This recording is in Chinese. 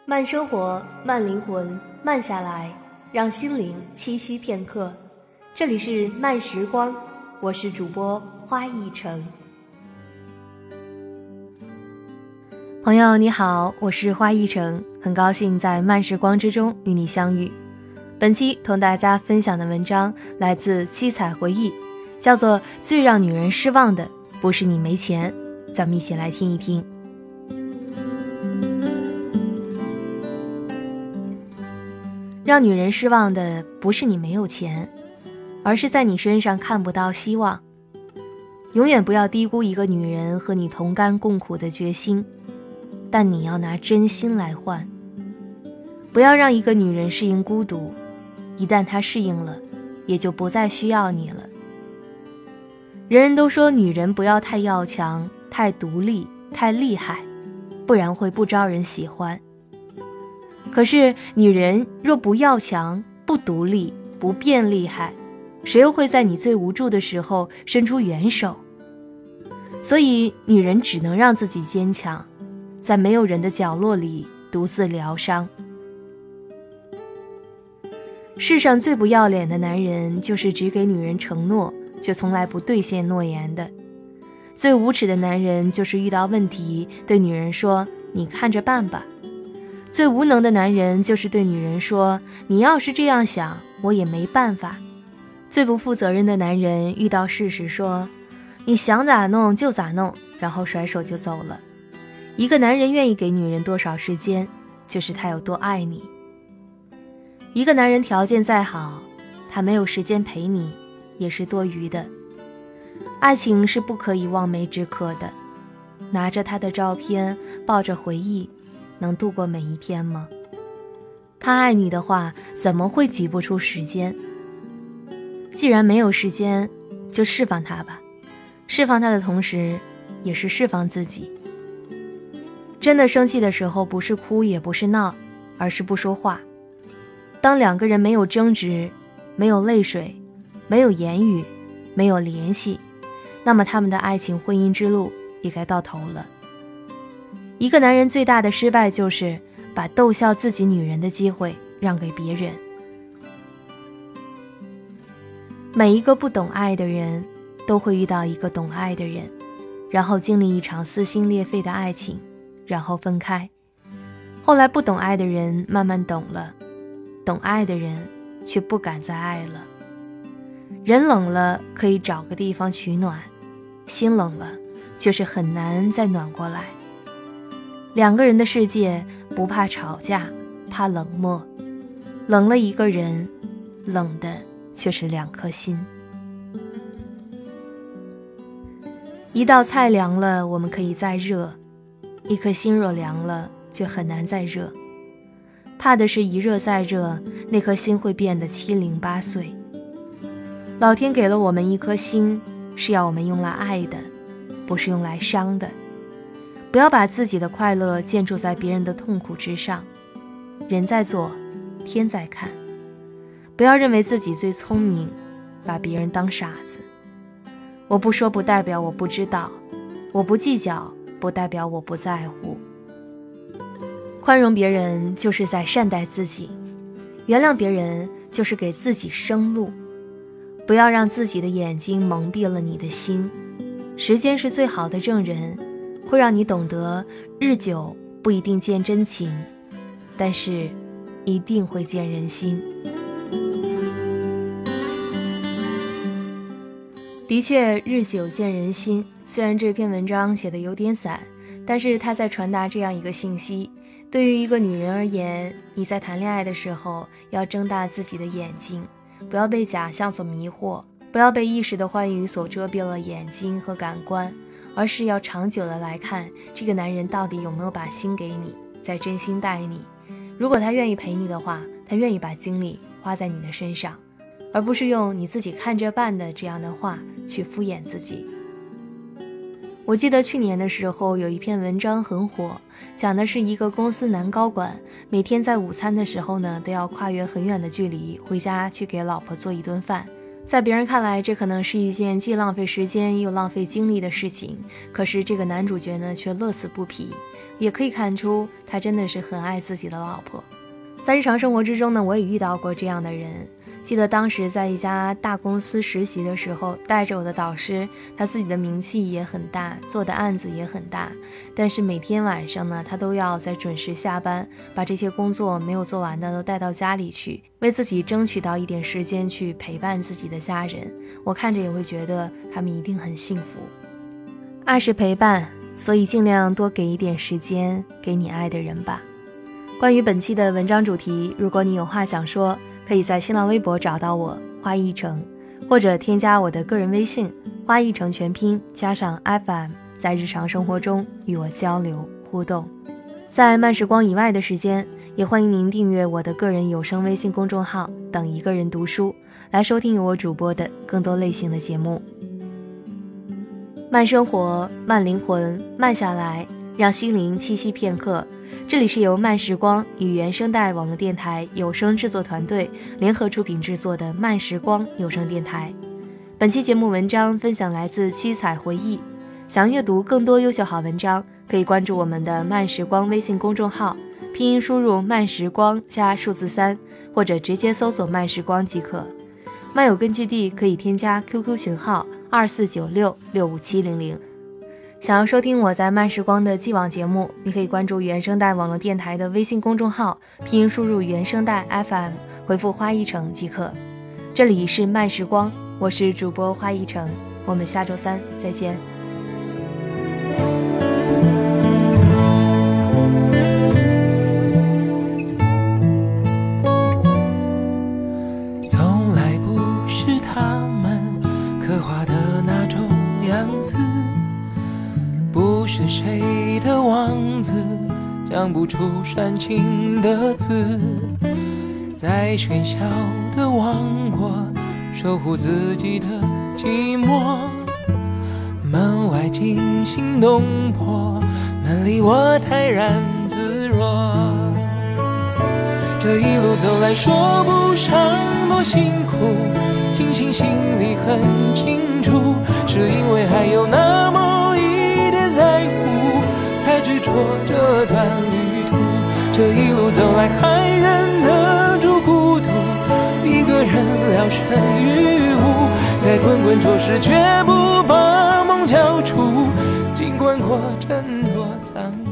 慢生活，慢灵魂，慢下来，让心灵栖息片刻。这里是慢时光，我是主播花一城。朋友你好，我是花一城，很高兴在慢时光之中与你相遇。本期同大家分享的文章来自七彩回忆，叫做最让女人失望的不是你没钱。咱们一起来听一听。让女人失望的不是你没有钱，而是在你身上看不到希望。永远不要低估一个女人和你同甘共苦的决心，但你要拿真心来换。不要让一个女人适应孤独，一旦她适应了，也就不再需要你了。人人都说女人不要太要强，太独立，太厉害，不然会不招人喜欢。可是女人若不要强，不独立，不变厉害，谁又会在你最无助的时候伸出援手？所以女人只能让自己坚强，在没有人的角落里独自疗伤。世上最不要脸的男人，就是只给女人承诺却从来不兑现诺言的。最无耻的男人，就是遇到问题对女人说你看着办吧。最无能的男人，就是对女人说你要是这样想，我也没办法。最不负责任的男人，遇到事时说你想咋弄就咋弄，然后甩手就走了。一个男人愿意给女人多少时间，就是他有多爱你。一个男人条件再好，他没有时间陪你，也是多余的。爱情是不可以望梅止渴的，拿着他的照片，抱着回忆，能度过每一天吗？他爱你的话，怎么会挤不出时间？既然没有时间，就释放他吧。释放他的同时，也是释放自己。真的生气的时候，不是哭也不是闹，而是不说话。当两个人没有争执，没有泪水，没有言语，没有联系，那么他们的爱情婚姻之路也该到头了。一个男人最大的失败，就是把逗笑自己女人的机会让给别人。每一个不懂爱的人，都会遇到一个懂爱的人，然后经历一场撕心裂肺的爱情，然后分开。后来不懂爱的人慢慢懂了，懂爱的人却不敢再爱了。人冷了可以找个地方取暖，心冷了却是很难再暖过来。两个人的世界，不怕吵架，怕冷漠。冷了一个人，冷的却是两颗心。一道菜凉了，我们可以再热；一颗心若凉了，却很难再热。怕的是一热再热，那颗心会变得七零八碎。老天给了我们一颗心，是要我们用来爱的，不是用来伤的。不要把自己的快乐建筑在别人的痛苦之上。人在做，天在看。不要认为自己最聪明，把别人当傻子。我不说不代表我不知道，我不计较不代表我不在乎。宽容别人就是在善待自己，原谅别人就是给自己生路。不要让自己的眼睛蒙蔽了你的心。时间是最好的证人，会让你懂得日久不一定见真情，但是一定会见人心。的确，日久见人心，虽然这篇文章写得有点散，但是它在传达这样一个信息。对于一个女人而言，你在谈恋爱的时候要睁大自己的眼睛，不要被假象所迷惑，不要被一时的欢愉所遮蔽了眼睛和感官，而是要长久的来看这个男人到底有没有把心给你，在真心待你。如果他愿意陪你的话，他愿意把精力花在你的身上，而不是用你自己看着办的这样的话去敷衍自己。我记得去年的时候有一篇文章很火，讲的是一个公司男高管每天在午餐的时候呢，都要跨越很远的距离回家去给老婆做一顿饭， 在别人看来，这可能是一件既浪费时间又浪费精力的事情，可是这个男主角呢，却乐此不疲，也可以看出他真的是很爱自己的老婆。在日常生活之中呢，我也遇到过这样的人。记得当时在一家大公司实习的时候，带着我的导师，他自己的名气也很大，做的案子也很大，但是每天晚上呢，他都要在准时下班，把这些工作没有做完的都带到家里去，为自己争取到一点时间去陪伴自己的家人。我看着也会觉得他们一定很幸福。爱是陪伴，所以尽量多给一点时间给你爱的人吧。关于本期的文章主题，如果你有话想说，可以在新浪微博找到我花一成，或者添加我的个人微信花一成全拼加上 FM， 在日常生活中与我交流互动。在慢时光以外的时间，也欢迎您订阅我的个人有声微信公众号等一个人读书，来收听由我主播的更多类型的节目。慢生活，慢灵魂，慢下来，让心灵栖息片刻。这里是由慢时光与原声带网络电台有声制作团队联合出品制作的慢时光有声电台。本期节目文章分享来自七彩回忆。想阅读更多优秀好文章，可以关注我们的慢时光微信公众号，拼音输入慢时光加数字3，或者直接搜索慢时光即可。漫友根据地可以添加 QQ 群号2496657000。想要收听我在慢时光的既往节目，你可以关注原声带网络电台的微信公众号，拼音输入原声带 FM， 回复花一成即可。这里是慢时光，我是主播花一成，我们下周3再见。 从来不是他们刻画的那种样子，不是谁的王子，讲不出煽情的字，在喧嚣的王国守护自己的寂寞，门外惊心动魄，门里我泰然自若。这一路走来说不上多辛苦，庆幸心里很清楚，是因为还有那么一点在乎，才执着这段旅途。这一路走来还忍得住孤独，一个人聊胜于无，在滚滚浊世绝不把梦交出，尽管过程多残酷。